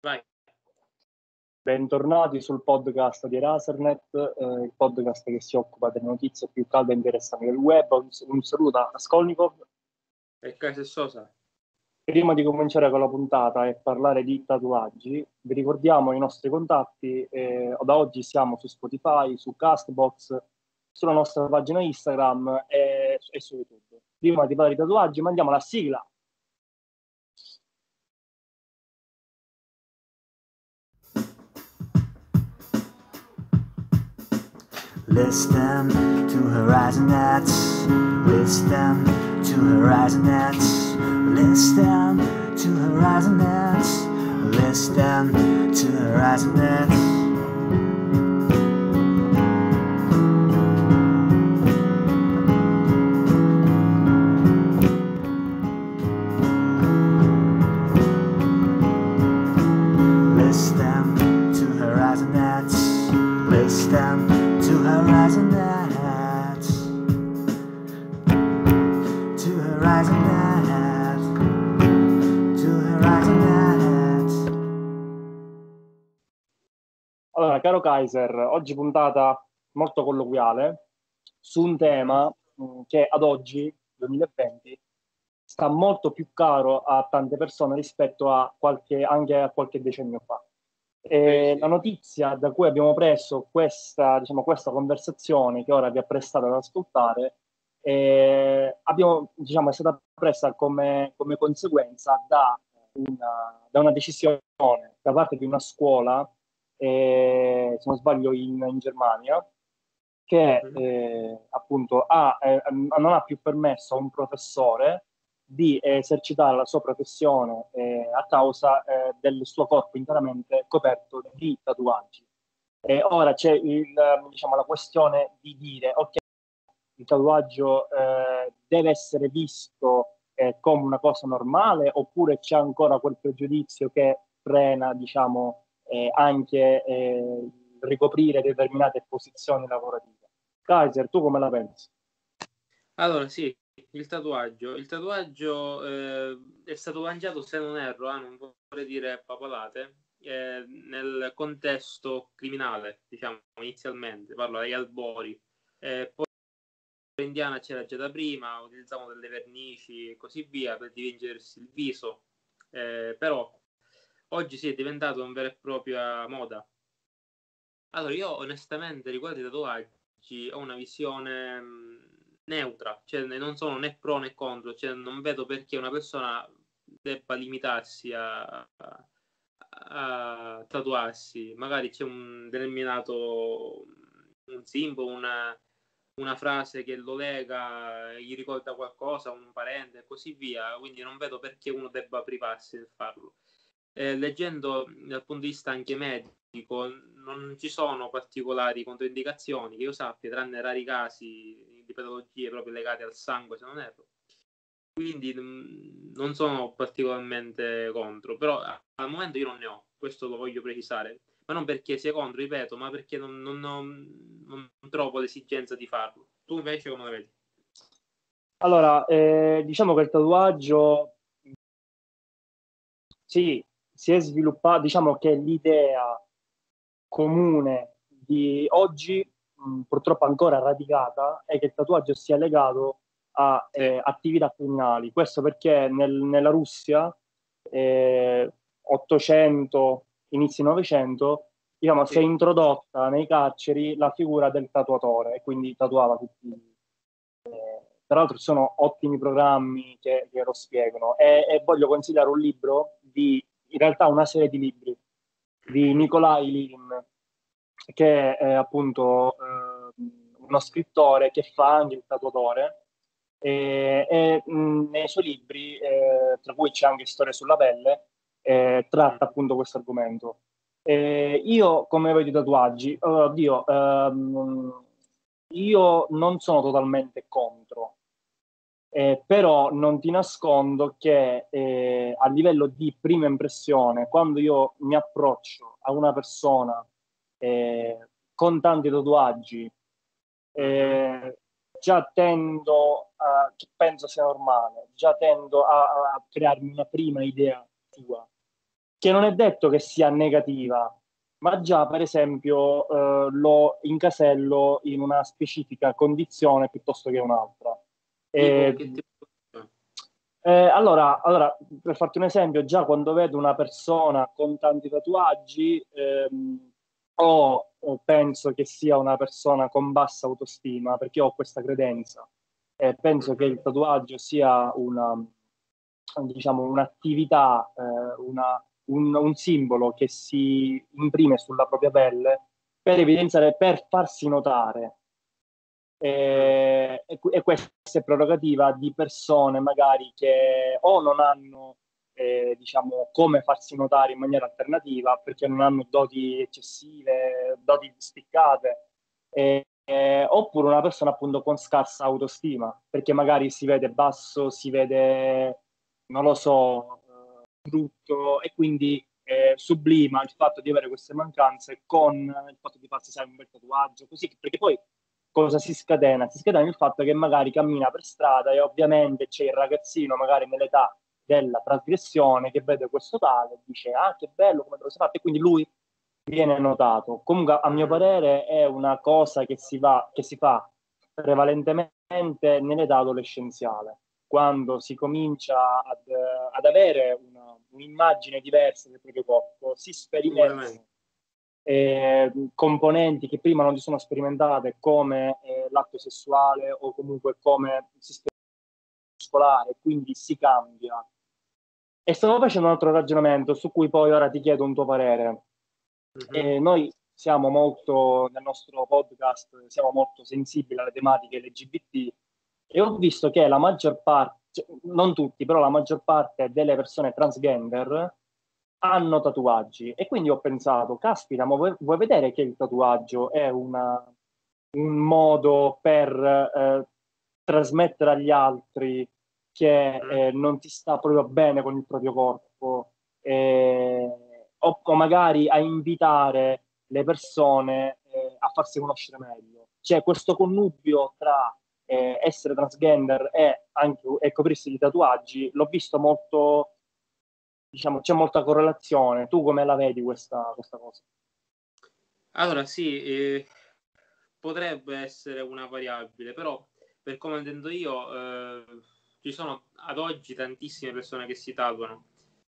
Vai. Bentornati sul podcast di Erasernet, il podcast che si occupa delle notizie più calde e interessanti del web. Un saluto da Raskolnikov. E Kaiser Sosa. Prima di cominciare con la puntata e parlare di tatuaggi, vi ricordiamo i nostri contatti. Da oggi siamo su Spotify, su Castbox, sulla nostra pagina Instagram e su YouTube. Prima di parlare di tatuaggi, mandiamo la sigla. Listen to Horizon Nets. Listen to Horizon Nets. Listen to Horizon Nets. Listen to Horizon Nets. Listen to Horizon Nets. Listen to Horizon Nets. To Horizon Nets. To Horizon Nets. Allora, caro Kaiser, oggi puntata molto colloquiale su un tema che ad oggi, 2020, sta molto più caro a tante persone rispetto anche a qualche decennio fa. Sì. La notizia da cui abbiamo preso questa conversazione che ora vi apprestate ad ascoltare è stata presa come conseguenza da una decisione da parte di una scuola, se non sbaglio in Germania, che appunto non ha più permesso a un professore di esercitare la sua professione a causa del suo corpo interamente coperto di tatuaggi. Ora c'è la questione di dire, ok, il tatuaggio deve essere visto come una cosa normale, oppure c'è ancora quel pregiudizio che frena, anche ricoprire determinate posizioni lavorative. Kaiser, tu come la pensi? Allora, sì, il tatuaggio. Il tatuaggio è stato lanciato, se non erro, non vorrei dire papalate, nel contesto criminale, diciamo, inizialmente. Parlo agli albori. Poi in Indiana c'era già da prima, utilizzavano delle vernici e così via per dipingersi il viso. Però oggi sì, è diventato una vera e propria moda. Allora, io onestamente riguardo i tatuaggi ho una visione neutra, cioè non sono né pro né contro, cioè non vedo perché una persona debba limitarsi a tatuarsi. Magari c'è un determinato un simbolo, una frase che lo lega, gli ricorda qualcosa, un parente e così via, quindi non vedo perché uno debba privarsi nel farlo. Leggendo dal punto di vista anche medico, non ci sono particolari controindicazioni che io sappia, tranne rari casi di patologie proprio legate al sangue, se non erro. Quindi non sono particolarmente contro, però al momento io non ne ho, questo lo voglio precisare, ma non perché sia contro, ripeto, ma perché non trovo l'esigenza di farlo. Tu invece come la vedi? Allora, diciamo che il tatuaggio sì, si è sviluppato, diciamo che l'idea comune di oggi, purtroppo ancora radicata, è che il tatuaggio sia legato a attività criminali. Questo perché nella Russia, 800, inizi 900, si è introdotta nei carceri la figura del tatuatore, e quindi tatuava tutti. Tra l'altro ci sono ottimi programmi che lo spiegano, e voglio consigliare un libro in realtà una serie di libri di Nikolai Levin, che è appunto uno scrittore che fa anche il tatuatore, e nei suoi libri, tra cui c'è anche Storia sulla pelle, tratta appunto questo argomento. Io come vedo i tatuaggi, oddio, io non sono totalmente contro, però non ti nascondo che a livello di prima impressione, quando io mi approccio a una persona con tanti tatuaggi, già tendo che penso sia normale, già tendo a crearmi una prima idea tua. che non è detto che sia negativa, ma già per esempio lo incasello in una specifica condizione piuttosto che un'altra. Tipo, che tipo Allora, per farti un esempio, già quando vedo una persona con tanti tatuaggi, o penso che sia una persona con bassa autostima, perché ho questa credenza. Penso che il tatuaggio sia diciamo, un'attività, un simbolo che si imprime sulla propria pelle per evidenziare, per farsi notare. E questa è prerogativa di persone magari che o non hanno diciamo come farsi notare in maniera alternativa perché non hanno doti eccessive, doti spiccate, oppure una persona appunto con scarsa autostima perché magari si vede basso, si vede, non lo so, brutto, e quindi sublima il fatto di avere queste mancanze con il fatto di farsi, sai, un bel tatuaggio, così, perché poi cosa si scatena? Si scatena il fatto che magari cammina per strada e ovviamente c'è il ragazzino magari nell'età della trasgressione che vede questo tale e dice ah che bello, come te lo sei fatto, e quindi lui viene notato. Comunque a mio parere è una cosa che che si fa prevalentemente nell'età adolescenziale, quando si comincia ad avere un'immagine diversa del proprio corpo, si sperimentano componenti che prima non si sono sperimentate, come l'atto sessuale o comunque come si muscolare, quindi si cambia. E stavo facendo un altro ragionamento su cui poi ora ti chiedo un tuo parere. Noi siamo molto, nel nostro podcast, siamo molto sensibili alle tematiche LGBT e ho visto che la maggior parte, cioè, non tutti, però la maggior parte delle persone transgender hanno tatuaggi, e quindi ho pensato, caspita, ma vuoi vedere che il tatuaggio è un modo per trasmettere agli altri che non ti sta proprio bene con il proprio corpo, o magari a invitare le persone a farsi conoscere meglio. C'è questo connubio tra essere transgender e coprirsi di tatuaggi, l'ho visto molto, diciamo, c'è molta correlazione. Tu come la vedi questa cosa? Allora, sì, potrebbe essere una variabile, però per come intendo io, ci sono ad oggi tantissime persone che si tatuano,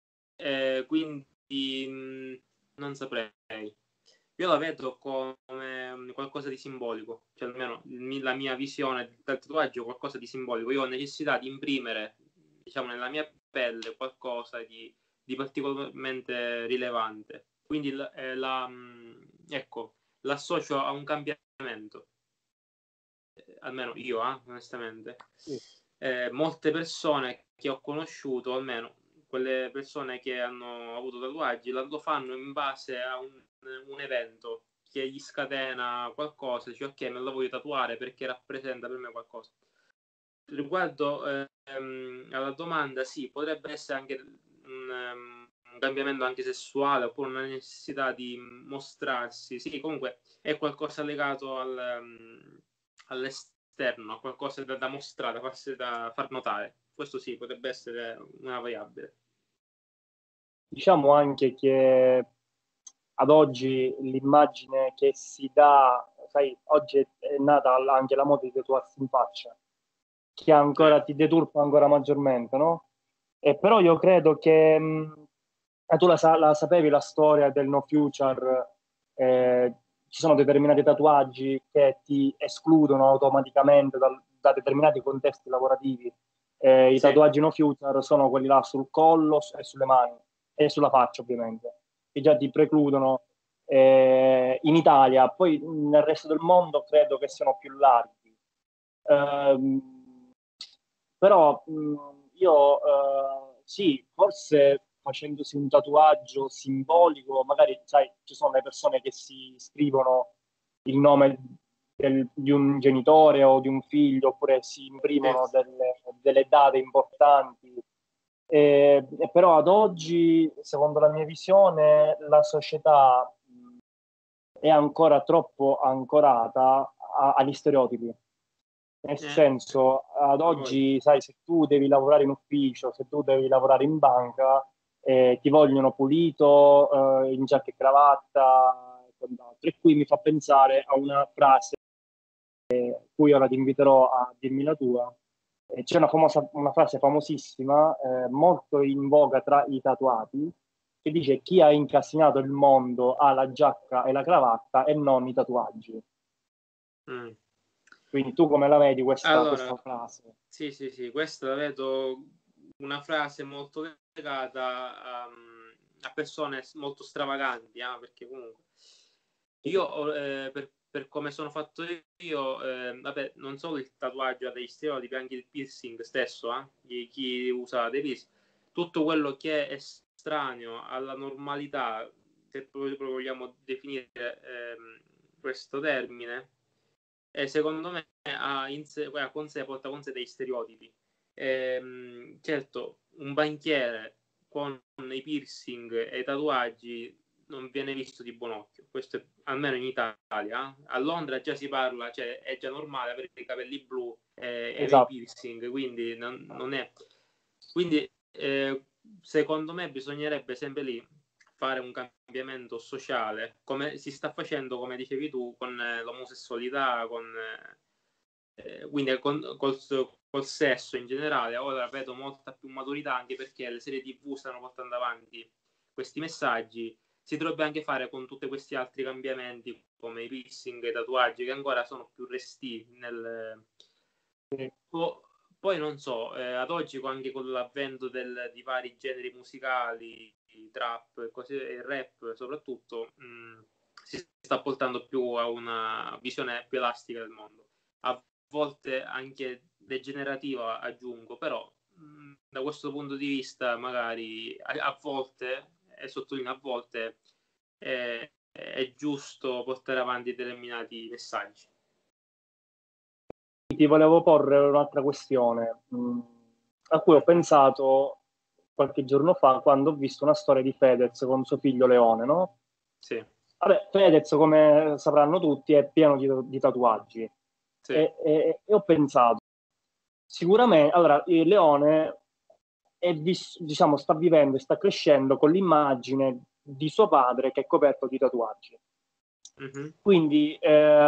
quindi non saprei. Io la vedo come qualcosa di simbolico, cioè almeno la mia visione del tatuaggio è qualcosa di simbolico. Io ho necessità di imprimere, diciamo, nella mia pelle qualcosa di particolarmente rilevante. Quindi ecco, l'associo a un cambiamento, almeno io, onestamente. Sì. Molte persone che ho conosciuto, almeno quelle persone che hanno avuto tatuaggi, lo fanno in base a un evento che gli scatena qualcosa, dice ok, me lo voglio tatuare perché rappresenta per me qualcosa. Riguardo alla domanda, sì, potrebbe essere anche un cambiamento anche sessuale, oppure una necessità di mostrarsi. Sì, comunque è qualcosa legato all'esterno, a qualcosa da mostrare, da far notare. Questo sì, potrebbe essere una variabile. Diciamo anche che ad oggi l'immagine che si dà, sai, oggi è nata anche la moda di tatuarsi in faccia, che ancora ti deturpa ancora maggiormente, no? E però io credo che tu la sapevi la storia del no future, ci sono determinati tatuaggi che ti escludono automaticamente da determinati contesti lavorativi. I tatuaggi no future sono quelli là sul collo e sulle mani e sulla faccia, ovviamente, che già ti precludono in Italia. Poi nel resto del mondo credo che siano più larghi. Però io sì, forse facendosi un tatuaggio simbolico, magari sai, ci sono le persone che si scrivono il nome di un genitore o di un figlio, oppure si imprimono delle date importanti. Però ad oggi, secondo la mia visione, la società è ancora troppo ancorata agli stereotipi. Nel senso, ad oggi, sai, se tu devi lavorare in ufficio, se tu devi lavorare in banca, ti vogliono pulito, in giacca e cravatta e quant'altro. E qui mi fa pensare a una frase cui ora ti inviterò a dirmi la tua. C'è una frase famosissima, molto in voga tra i tatuati, che dice: chi ha incasinato il mondo ha la giacca e la cravatta e non i tatuaggi. Mm. Quindi tu come la vedi Allora, questa frase? sì, questa la vedo una frase molto legata a persone molto stravaganti, perché comunque io, per come sono fatto io, vabbè, non solo il tatuaggio ha degli stereotipi, anche il piercing stesso, di chi usa dei piercing, tutto quello che è estraneo alla normalità, se proprio vogliamo definire questo termine, secondo me porta con sé dei stereotipi. Certo, un banchiere con i piercing e i tatuaggi non viene visto di buon occhio, questo è, almeno in Italia. A Londra già si parla, cioè è già normale avere i capelli blu e Esatto. i piercing, quindi non è. Quindi secondo me bisognerebbe sempre lì fare un cambiamento sociale, come si sta facendo, come dicevi tu, con l'omosessualità, quindi col sesso in generale. Ora vedo molta più maturità, anche perché le serie TV stanno portando avanti questi messaggi. Si dovrebbe anche fare con tutti questi altri cambiamenti, come i piercing e i tatuaggi, che ancora sono più resti Poi non so, ad oggi anche con l'avvento di vari generi musicali, trap e rap soprattutto, si sta portando più a una visione più elastica del mondo. A volte anche degenerativa, aggiungo, però da questo punto di vista magari a volte, e sottolineo a volte, è giusto portare avanti determinati messaggi. Ti volevo porre un'altra questione a cui ho pensato qualche giorno fa quando ho visto una storia di Fedez con suo figlio Leone, no? Sì. Vabbè, Fedez, come sapranno tutti, è pieno di tatuaggi. Sì. E ho pensato, sicuramente, allora, il Leone diciamo, sta vivendo e sta crescendo con l'immagine di suo padre che è coperto di tatuaggi. Mm-hmm. Quindi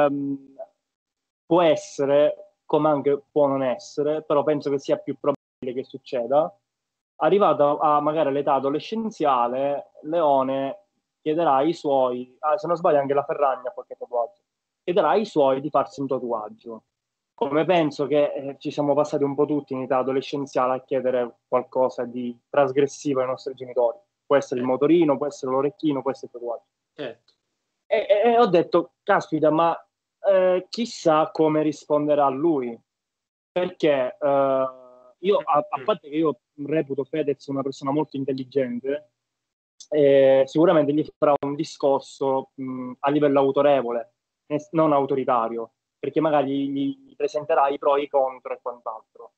può essere, come anche può non essere, però penso che sia più probabile che succeda, arrivato a magari all'età adolescenziale, Leone chiederà ai suoi, se non sbaglio anche la Ferragna qualche tatuaggio, chiederà ai suoi di farsi un tatuaggio. Come penso che ci siamo passati un po' tutti in età adolescenziale a chiedere qualcosa di trasgressivo ai nostri genitori. Può essere il motorino, può essere l'orecchino, può essere il tatuaggio. Certo. E ho detto, caspita, ma chissà come risponderà lui. Perché io, a parte che io reputo Fedez una persona molto intelligente, sicuramente gli farà un discorso a livello autorevole, non autoritario, perché magari gli presenterà i pro e i contro e quant'altro.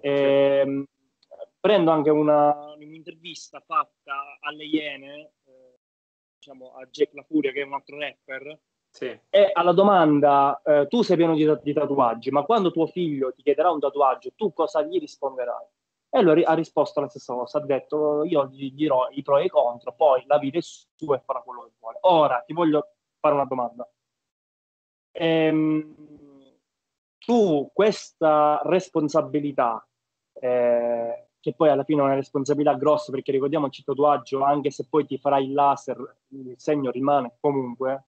Prendo anche un'intervista fatta alle Iene, diciamo a Jack La Furia, che è un altro rapper, sì. E alla domanda, tu sei pieno di tatuaggi, ma quando tuo figlio ti chiederà un tatuaggio, tu cosa gli risponderai? E lui ha risposto la stessa cosa, ha detto io gli dirò i pro e i contro, poi la vita è sua e farà quello che vuole. Ora ti voglio fare una domanda. Tu questa responsabilità, che poi alla fine è una responsabilità grossa, perché ricordiamoci il tatuaggio, anche se poi ti farai il laser, il segno rimane comunque,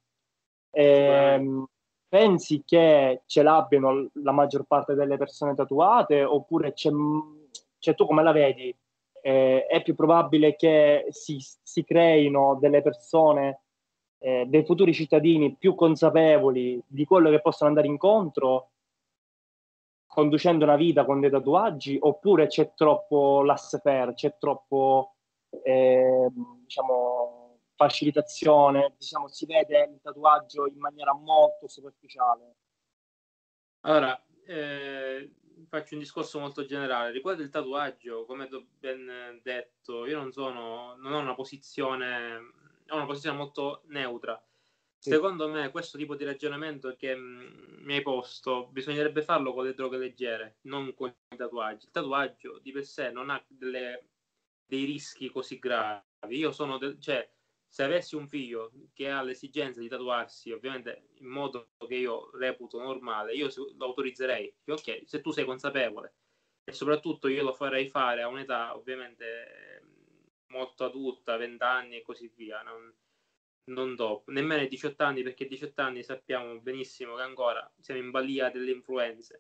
pensi che ce l'abbiano la maggior parte delle persone tatuate, oppure cioè, tu come la vedi? È più probabile che si creino delle persone, dei futuri cittadini più consapevoli di quello che possono andare incontro conducendo una vita con dei tatuaggi, oppure c'è troppo laissez-faire, c'è troppo diciamo facilitazione, diciamo, si vede il tatuaggio in maniera molto superficiale. Allora, faccio un discorso molto generale. Riguardo il tatuaggio, come ben detto, io non ho una posizione, ho una posizione molto neutra. Sì. Secondo me questo tipo di ragionamento che mi hai posto bisognerebbe farlo con le droghe leggere, non con i tatuaggi. Il tatuaggio di per sé non ha dei rischi così gravi. Io sono cioè, se avessi un figlio che ha l'esigenza di tatuarsi, ovviamente in modo che io reputo normale, io lo autorizzerei. Ok, se tu sei consapevole, e soprattutto io lo farei fare a un'età ovviamente molto adulta, 20 anni e così via, non dopo, nemmeno ai 18 anni, perché a 18 anni sappiamo benissimo che ancora siamo in balia delle influenze.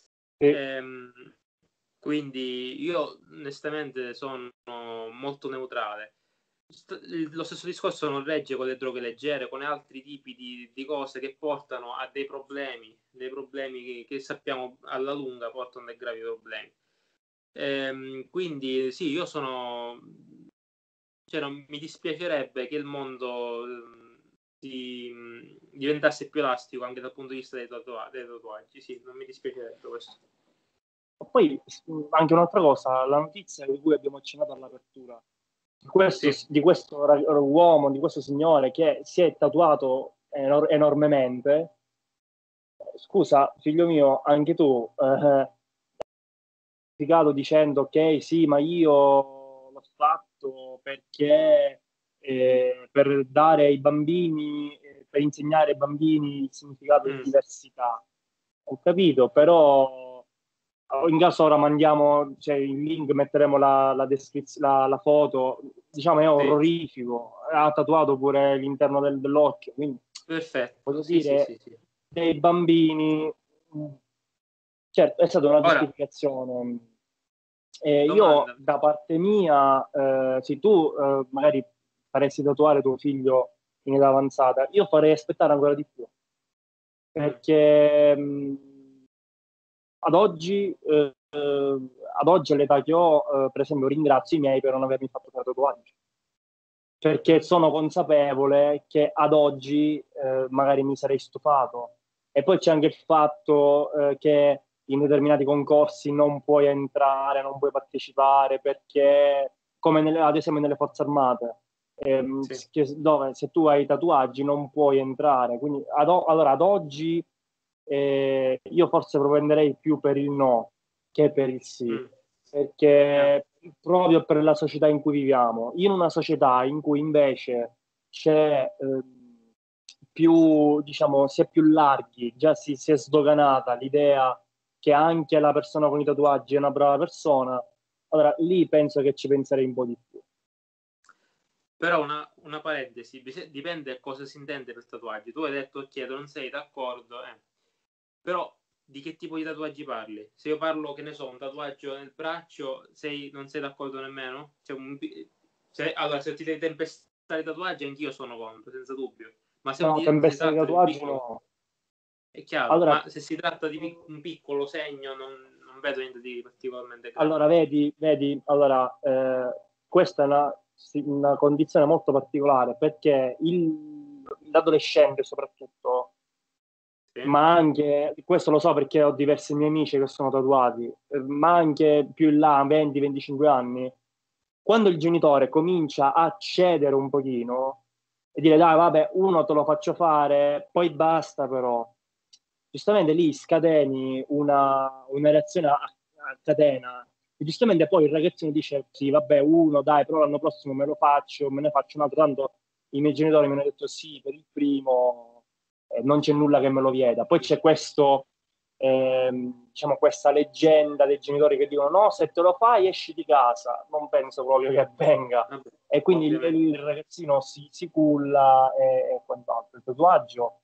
Quindi io onestamente sono molto neutrale. Lo stesso discorso non regge con le droghe leggere, con altri tipi di cose che portano a dei problemi che sappiamo alla lunga portano a dei gravi problemi. Quindi sì, io sono, cioè, non mi dispiacerebbe che il mondo diventasse più elastico anche dal punto di vista dei tatuaggi. Sì, non mi dispiacerebbe questo. Poi anche un'altra cosa, la notizia di cui abbiamo accennato all'apertura, di questo uomo, di questo signore che si è tatuato enormemente. Scusa, figlio mio, anche tu dicendo ok, sì, ma io l'ho fatto perché per dare ai bambini, per insegnare ai bambini il significato di diversità. Ho capito, però in caso ora mandiamo, cioè, il link, metteremo la descrizione, la foto, diciamo è orrorifico, ha tatuato pure l'interno dell'occhio, quindi perfetto, voglio dire, sì. dei bambini, certo, è stata una giustificazione. Io da parte mia, sì, tu magari faresti tatuare tuo figlio in età avanzata, io farei aspettare ancora di più, perché ad oggi all'età che ho, per esempio, ringrazio i miei per non avermi fatto fare tatuaggi, perché sono consapevole che ad oggi magari mi sarei stufato. E poi c'è anche il fatto che in determinati concorsi non puoi entrare, non puoi partecipare, perché come ad esempio nelle forze armate, dove se tu hai tatuaggi non puoi entrare. Quindi allora ad oggi io forse propenderei più per il no che per il sì, perché proprio per la società in cui viviamo, in una società in cui invece c'è più, diciamo, si è più larghi, già si è sdoganata l'idea che anche la persona con i tatuaggi è una brava persona, allora lì penso che ci penserei un po' di più. Però una parentesi, dipende cosa si intende per tatuaggi. Tu hai detto ok, non sei d'accordo, però di che tipo di tatuaggi parli? Se io parlo, che ne so, un tatuaggio nel braccio, non sei d'accordo nemmeno? Allora, se ti devi tempestare i tatuaggi, anch'io sono contro, senza dubbio. Ma se No, tempestare i tatuaggi no. È chiaro, allora, ma se si tratta di un piccolo segno, non vedo niente di particolarmente grave. Allora, vedi, allora, questa è una condizione molto particolare, perché l'adolescente soprattutto, ma anche, questo lo so perché ho diversi miei amici che sono tatuati, ma anche più in là, 20-25 anni, quando il genitore comincia a cedere un pochino e dire dai vabbè, uno te lo faccio fare, poi basta però, giustamente lì scateni una reazione a catena, e giustamente poi il ragazzino dice sì vabbè, uno dai, però l'anno prossimo me lo faccio, me ne faccio un altro, tanto i miei genitori mi hanno detto sì per il primo, non c'è nulla che me lo vieta. Poi c'è diciamo, questa leggenda dei genitori che dicono no, se te lo fai esci di casa, non penso proprio che avvenga. Vabbè, E quindi il ragazzino si culla e quant'altro. Il tatuaggio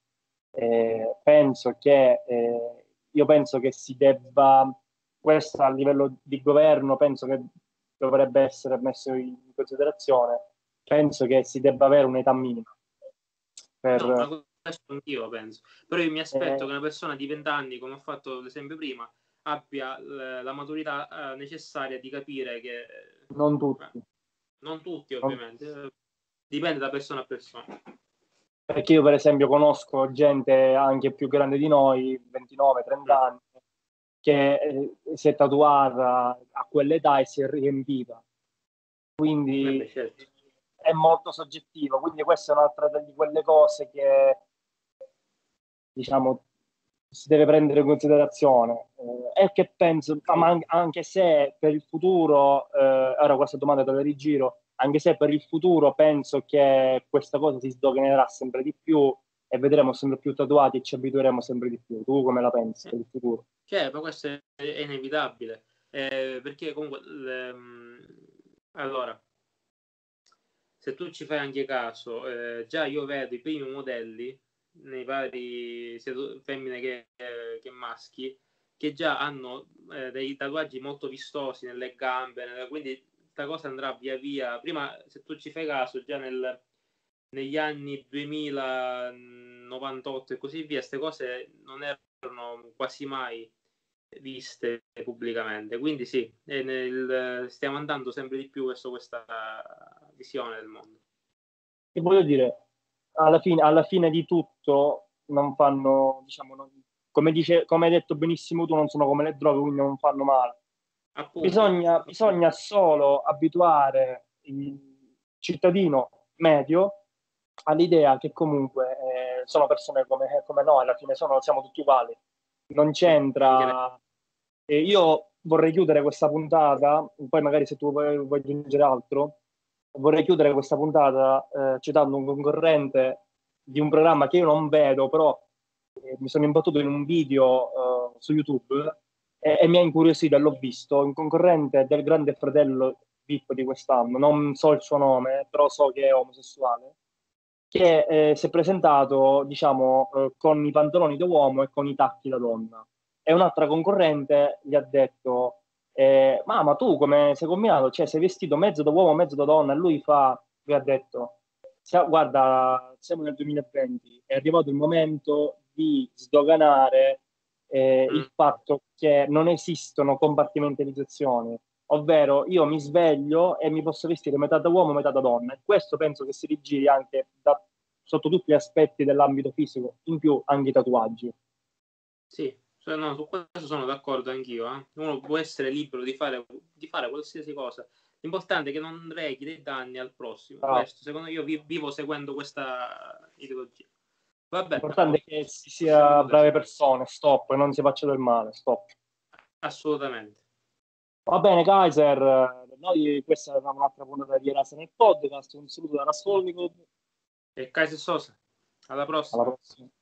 io penso che si debba, questo a livello di governo penso che dovrebbe essere messo in considerazione, penso che si debba avere un'età minima. No, ma questo anch'io penso. Però io mi aspetto che una persona di 20 anni, come ho fatto l'esempio prima, abbia la maturità necessaria di capire che... Non tutti. Non tutti, ovviamente. Dipende da persona a persona. Perché io per esempio conosco gente anche più grande di noi, 29-30 anni, che si è tatuata a quell'età e si è riempita. Quindi certo. È molto soggettivo. Quindi questa è un'altra di quelle cose che, diciamo, si deve prendere in considerazione. E che penso, anche se per il futuro, ora questa domanda te la rigiro, anche se per il futuro penso che questa cosa si sdogherà sempre di più e vedremo sempre più tatuati e ci abitueremo sempre di più. Tu come la pensi per il futuro? Cioè, ma questo è inevitabile, perché comunque, allora, se tu ci fai anche caso, già io vedo i primi modelli nei vari sia femmine che maschi che già hanno dei tatuaggi molto vistosi nelle gambe, quindi questa cosa andrà via via. Prima, se tu ci fai caso, già negli anni 2000, 98 e così via, queste cose non erano quasi mai viste pubblicamente. Quindi sì, stiamo andando sempre di più verso questa visione del mondo. E voglio dire, alla fine di tutto non fanno, diciamo, come hai detto benissimo tu, non sono come le droghe, quindi non fanno male. Appunto. Bisogna solo abituare il cittadino medio all'idea che comunque sono persone come noi, alla fine siamo tutti uguali. Non c'entra. Io vorrei chiudere questa puntata, poi magari se tu vuoi aggiungere altro, vorrei chiudere questa puntata citando un concorrente di un programma che io non vedo, però mi sono imbattuto in un video su YouTube e mi ha incuriosito e l'ho visto, un concorrente del Grande Fratello VIP di quest'anno, non so il suo nome, però so che è omosessuale, che si è presentato, diciamo, con i pantaloni da uomo e con i tacchi da donna. E un'altra concorrente gli ha detto, ma tu come sei combinato? Cioè sei vestito mezzo da uomo, mezzo da donna? E lui ha detto, guarda, siamo nel 2020, è arrivato il momento di sdoganare il fatto che non esistono compartimentalizzazioni, ovvero io mi sveglio e mi posso vestire metà da uomo, metà da donna. E questo penso che si rigiri anche sotto tutti gli aspetti dell'ambito fisico, in più anche i tatuaggi. Sì, no, su questo sono d'accordo anch'io. Uno può essere libero di fare qualsiasi cosa. L'importante è che non rechi dei danni al prossimo. Questo, secondo me, io vivo seguendo questa ideologia. Vabbè, L'importante è che si sia brave persone, stop, e non si faccia del male, stop. Assolutamente. Va bene, Kaiser, noi questa è un'altra puntata di Erasmus nel podcast, un saluto da Raskolnikov. E Kaiser Sosa, alla prossima. Alla prossima.